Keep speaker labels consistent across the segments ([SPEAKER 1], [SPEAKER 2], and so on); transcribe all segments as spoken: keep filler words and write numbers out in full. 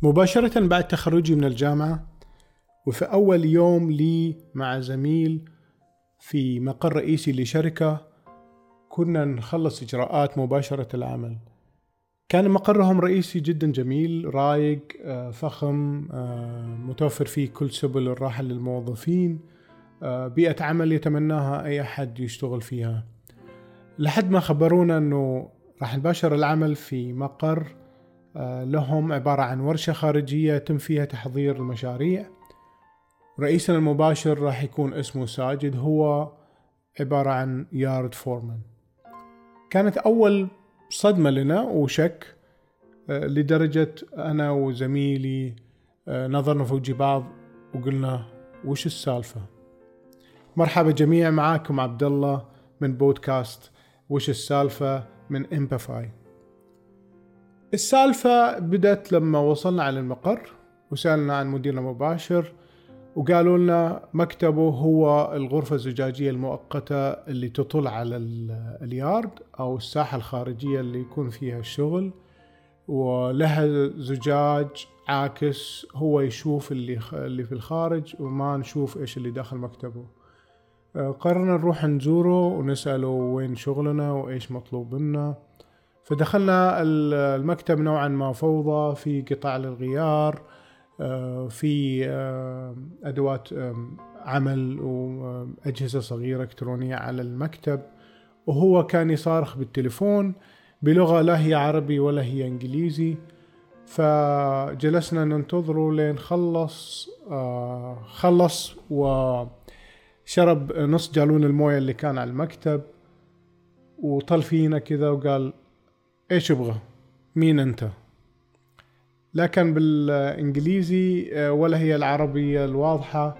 [SPEAKER 1] مباشرة بعد تخرجي من الجامعة وفي أول يوم لي مع زميل في مقر رئيسي لشركة، كنا نخلص إجراءات مباشرة العمل. كان مقرهم رئيسي جدا جميل، رايق، فخم، متوفر فيه كل سبل الراحة للموظفين، بيئة عمل يتمناها أي أحد يشتغل فيها. لحد ما خبرونا أنه راح نباشر العمل في مقر لهم عبارة عن ورشة خارجية يتم فيها تحضير المشاريع. رئيسنا المباشر راح يكون اسمه ساجد، هو عبارة عن يارد فورمان. كانت أول صدمة لنا وشك، لدرجة أنا وزميلي نظرنا في وجه بعض وقلنا وش السالفة. مرحبا جميع، معاكم عبد الله من بودكاست وش السالفة من إمبافاي. السالفة بدأت لما وصلنا على المقر وسألنا عن مديرنا المباشر، وقالوا لنا مكتبه هو الغرفة الزجاجية المؤقتة اللي تطل على اليارد أو الساحة الخارجية اللي يكون فيها الشغل، ولها زجاج عاكس هو يشوف اللي اللي في الخارج وما نشوف إيش اللي داخل مكتبه. قررنا نروح نزوره ونسأله وين شغلنا وإيش مطلوب منا. فدخلنا المكتب نوعا ما فوضى، في قطع للغيار، في أدوات عمل وأجهزة صغيرة إلكترونية على المكتب، وهو كان يصارخ بالتليفون بلغة لا هي عربي ولا هي إنجليزي. فجلسنا ننتظره لين خلص خلص وشرب نص جالون الموية اللي كان على المكتب، وطل فينا كذا وقال إيش يبغى، مين أنت؟ لكن بالإنجليزي ولا هي العربية الواضحة.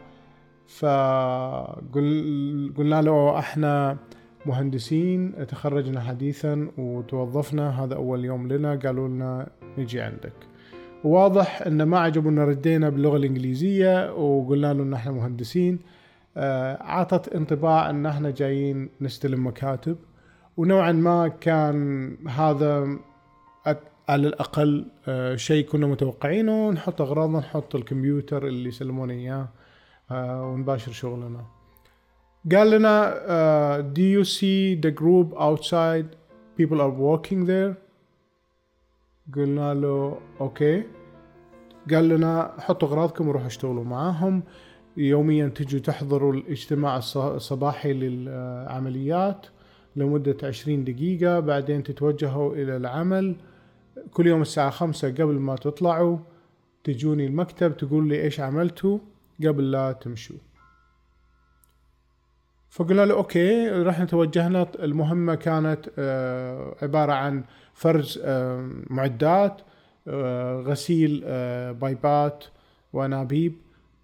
[SPEAKER 1] فقلنا له احنا مهندسين تخرجنا حديثا وتوظفنا، هذا أول يوم لنا، قالوا لنا نجي عندك. واضح أن ما عجبنا، ردينا باللغة الإنجليزية وقلنا له أن احنا مهندسين. عطت انطباع أن احنا جايين نستلم مكاتب، ونوعا ما كان هذا على الأقل شيء كنا متوقعينه، نحط أغراضنا، نحط الكمبيوتر اللي يسلمون إياه ونباشر شغلنا. قال لنا uh, do you see the group outside, people are working there؟ قلنا له أوكي. قال لنا حطوا أغراضكم وروحوا اشتغلوا معاهم، يوميا تجوا تحضروا الاجتماع الصباحي للعمليات لمدة عشرين دقيقة، بعدين تتوجهوا إلى العمل. كل يوم الساعة خمسة قبل ما تطلعوا تجوني المكتب تقول لي إيش عملتوا قبل لا تمشوا. فقلنا له أوكي. رحنا توجهنا. المهمة كانت عبارة عن فرز معدات، غسيل بايبات وأنابيب،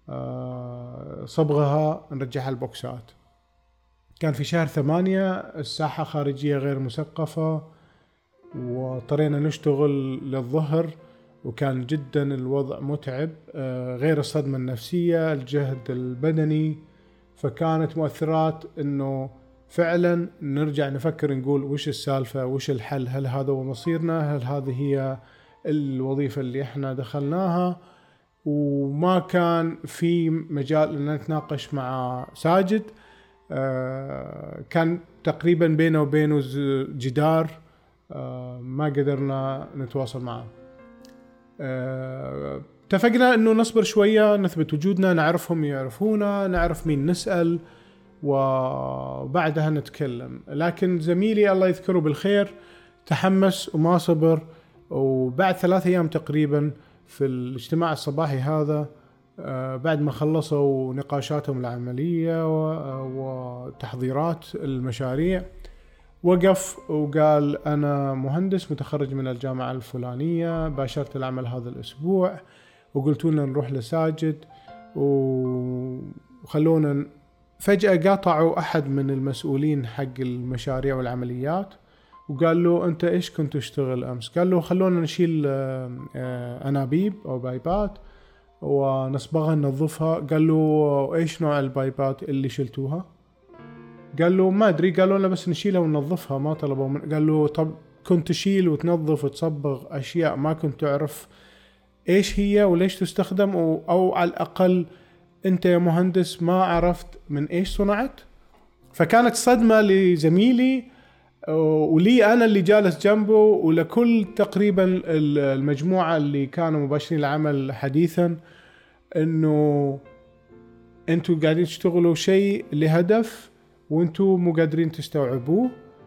[SPEAKER 1] صبغها، نرجعها البوكسات. كان في شهر ثمانية، الساحة خارجية غير مسقفة، واضطرينا نشتغل للظهر، وكان جدا الوضع متعب، غير الصدمة النفسية، الجهد البدني. فكانت مؤثرات انه فعلا نرجع نفكر نقول وش السالفة، وش الحل، هل هذا هو مصيرنا، هل هذه هي الوظيفة اللي احنا دخلناها. وما كان في مجال ان نتناقش مع ساجد، كان تقريبا بينه وبينه جدار، ما قدرنا نتواصل معه. اتفقنا انه نصبر شوية، نثبت وجودنا، نعرفهم يعرفونا، نعرف مين نسأل، وبعدها نتكلم. لكن زميلي الله يذكره بالخير تحمس وما صبر، وبعد ثلاث ايام تقريبا في الاجتماع الصباحي هذا، بعد ما خلصوا نقاشاتهم العملية وتحضيرات المشاريع، وقف وقال أنا مهندس متخرج من الجامعة الفلانية، باشرت العمل هذا الأسبوع، وقلتوا لنا نروح لساجد وخلونا. فجأة قاطعوا أحد من المسؤولين حق المشاريع والعمليات وقال له أنت إيش كنت تشتغل أمس؟ قال له خلونا نشيل أنابيب أو بايبات ونصبغها ننظفها. قال له إيش نوع البايبات اللي شلتوها؟ قال له ما أدري. قالوا لنا بس نشيلها وننظفها، ما طلبوا من. قال له طب كنت تشيل وتنظف وتصبغ أشياء ما كنت تعرف إيش هي وليش تستخدم، أو على الأقل أنت يا مهندس ما عرفت من إيش صنعت. فكانت صدمة لزميلي ولي أنا اللي جالس جنبه، ولكل تقريبا المجموعة اللي كانوا مباشرين العمل حديثا، إنه أنتوا قاعدين تشتغلوا شيء لهدف وأنتوا مو قادرين تستوعبوه.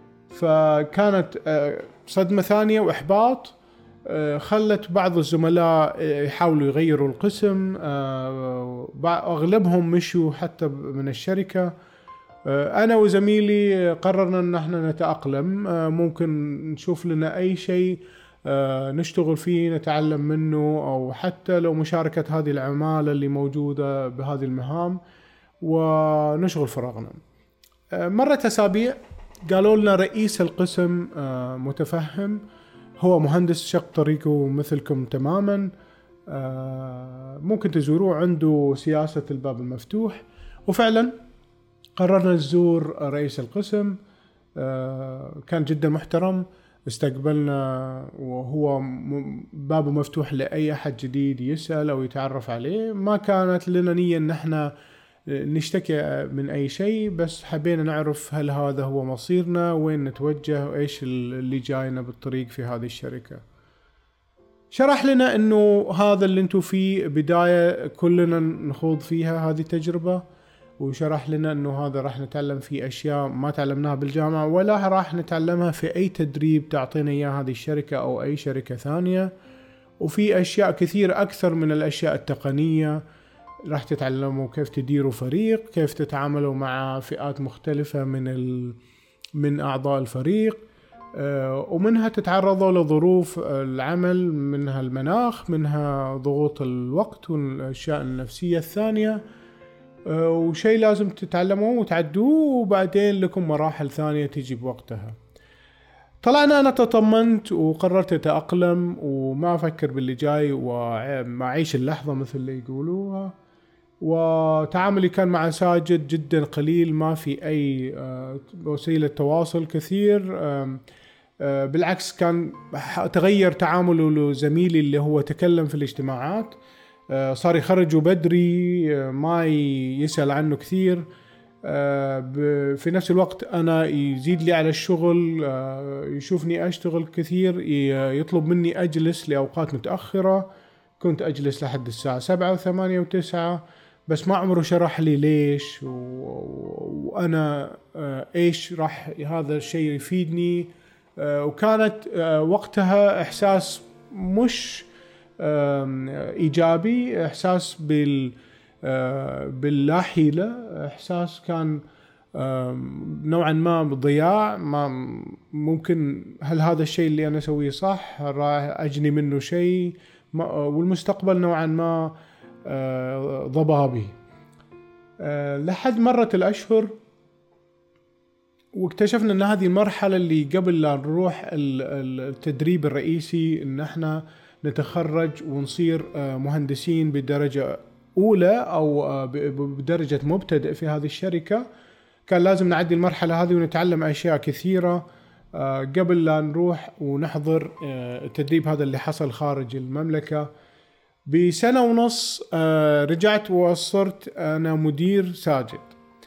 [SPEAKER 1] فكانت صدمة ثانية وإحباط خلت بعض الزملاء يحاولوا يغيروا القسم، أغلبهم مشوا حتى من الشركة. أنا وزميلي قررنا أن احنا نتأقلم، ممكن نشوف لنا أي شيء نشتغل فيه نتعلم منه، أو حتى لو مشاركة هذه العمالة اللي موجودة بهذه المهام ونشغل فراغنا. مرت أسابيع، قالوا لنا رئيس القسم متفهم، هو مهندس شق طريقه مثلكم تماما، ممكن تزوروه، عنده سياسة الباب المفتوح. وفعلا قررنا نزور رئيس القسم، كان جدا محترم، استقبلنا وهو بابه مفتوح لأي أحد جديد يسأل أو يتعرف عليه. ما كانت لنا نية أن احنا نشتكي من أي شيء، بس حبينا نعرف هل هذا هو مصيرنا، وين نتوجه، وإيش اللي جاينا بالطريق في هذه الشركة. شرح لنا أنه هذا اللي انتو فيه بداية كلنا نخوض فيها هذه التجربة، وشرح لنا أنه هذا راح نتعلم فيه أشياء ما تعلمناها بالجامعة ولا راح نتعلمها في أي تدريب تعطينا إياه هذه الشركة أو أي شركة ثانية. وفي أشياء كثير أكثر من الأشياء التقنية، راح تتعلموا كيف تديروا فريق، كيف تتعاملوا مع فئات مختلفة من ال... من أعضاء الفريق، ومنها تتعرضوا لظروف العمل، منها المناخ، منها ضغوط الوقت والأشياء النفسية الثانية، وشيء لازم تتعلموه وتعدوه، وبعدين لكم مراحل ثانية تيجي بوقتها. طلعنا، أنا تطمنت وقررت أتأقلم وما أفكر باللي جاي وما أعيش اللحظة مثل اللي يقولوها. وتعاملي كان مع ساجد جدا قليل، ما في أي وسيلة تواصل كثير، بالعكس كان تغير تعامله لزميلي اللي هو تكلم في الاجتماعات، صار يخرجه بدري، ما يسأل عنه كثير. في نفس الوقت أنا يزيد لي على الشغل، يشوفني أشتغل كثير، يطلب مني أجلس لأوقات متأخرة، كنت أجلس لحد الساعة سبعة وثمانية وتسعة، بس ما عمره شرح لي ليش وأنا إيش راح هذا الشيء يفيدني. وكانت وقتها إحساس مش إيجابي، إحساس بال باللاحيلة، إحساس كان نوعا ما بضياع، ما ممكن هل هذا الشيء اللي أنا أسويه صح، راح أجني منه شيء، والمستقبل نوعا ما ضبابي. لحد مرت الأشهر واكتشفنا أن هذه المرحلة اللي قبل لا نروح التدريب الرئيسي، أن احنا نتخرج ونصير مهندسين بدرجة أولى أو بدرجة مبتدئ في هذه الشركة، كان لازم نعدي المرحلة هذه ونتعلم أشياء كثيرة قبل لا نروح ونحضر التدريب هذا اللي حصل خارج المملكة. بسنة ونص رجعت وصرت أنا مدير ساجد،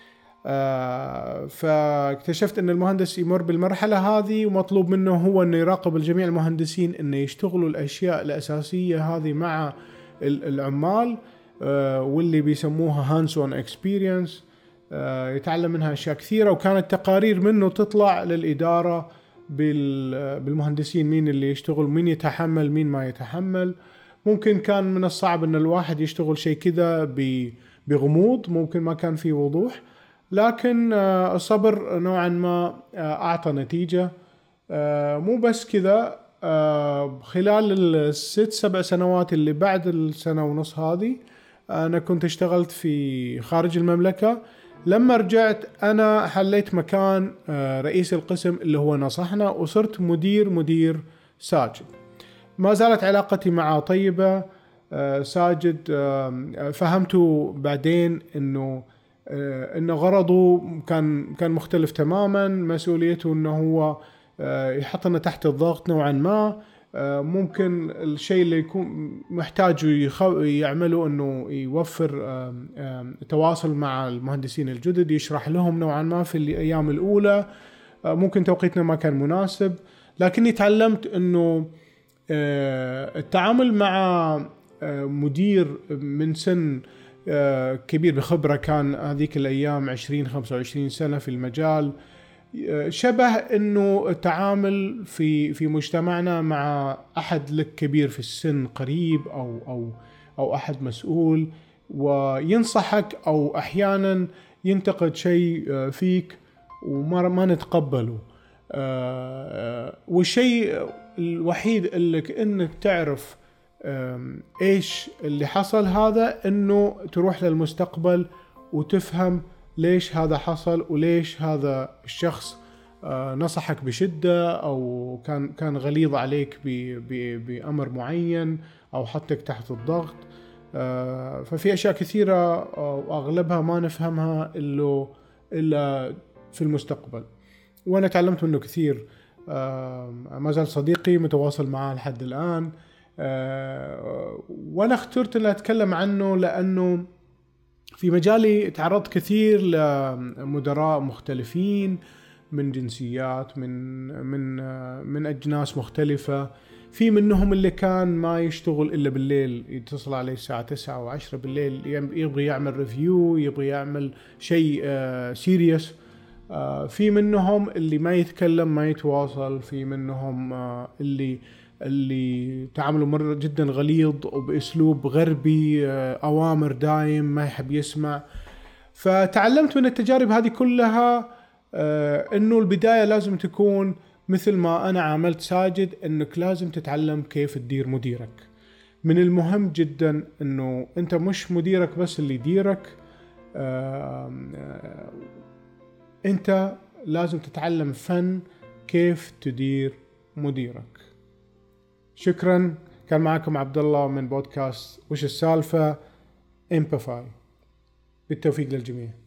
[SPEAKER 1] فاكتشفت أن المهندس يمر بالمرحلة هذه ومطلوب منه هو أنه يراقب الجميع المهندسين أنه يشتغلوا الأشياء الأساسية هذه مع العمال، واللي بيسموها hands on experience، يتعلم منها أشياء كثيرة. وكانت تقارير منه تطلع للإدارة بالمهندسين، مين اللي يشتغل، مين يتحمل، مين ما يتحمل. ممكن كان من الصعب أن الواحد يشتغل شيء كذا بغموض، ممكن ما كان فيه وضوح، لكن الصبر نوعا ما أعطى نتيجة. مو بس كذا، خلال الست سبع سنوات اللي بعد السنة ونص هذه أنا كنت اشتغلت في خارج المملكة. لما رجعت أنا حليت مكان رئيس القسم اللي هو نصحنا، وصرت مدير مدير ساجد. ما زالت علاقتي معه طيبة. ساجد فهمته بعدين إنه إنه غرضه كان كان مختلف تماما، مسؤوليته إنه هو يحطنا تحت الضغط نوعا ما، ممكن الشيء اللي يكون محتاج يعمله أنه يوفر تواصل مع المهندسين الجدد، يشرح لهم نوعا ما في الأيام الأولى. ممكن توقيتنا ما كان مناسب، لكني تعلمت أنه التعامل مع مدير من سن كبير بخبرة، كان هذيك الأيام عشرين خمسة وعشرين سنة في المجال، شبه انه التعامل في في مجتمعنا مع احد لك كبير في السن قريب او او او احد مسؤول، وينصحك او احيانا ينتقد شيء فيك وما ما نتقبله. والشيء الوحيد اللي انك تعرف ايش اللي حصل هذا، انه تروح للمستقبل وتفهم ليش هذا حصل، وليش هذا الشخص نصحك بشدة أو كان كان غليظ عليك بأمر معين أو حطك تحت الضغط. ففي أشياء كثيرة وأغلبها ما نفهمها إلا إلا في المستقبل، وأنا تعلمت منه كثير. ما زال صديقي متواصل معه لحد الآن، وأنا اخترت أن أتكلم عنه لأنه في مجالي تعرضت كثير لمدراء مختلفين من جنسيات، من من من أجناس مختلفة. في منهم اللي كان ما يشتغل إلا بالليل، يتصل عليه الساعة تسعة وعشرة بالليل، يبغي يعمل ريفيو، يبغي يعمل شيء سيريس. في منهم اللي ما يتكلم ما يتواصل، في منهم اللي اللي تعاملوا مرة جدا غليظ وبأسلوب غربي، أوامر دايم ما يحب يسمع. فتعلمت من التجارب هذه كلها أنه البداية لازم تكون مثل ما أنا عاملت ساجد، أنك لازم تتعلم كيف تدير مديرك. من المهم جدا أنه أنت مش مديرك بس اللي يديرك، أنت لازم تتعلم فن كيف تدير مديرك. شكرا، كان معكم عبد الله من بودكاست وش السالفة امباثاي. بالتوفيق للجميع.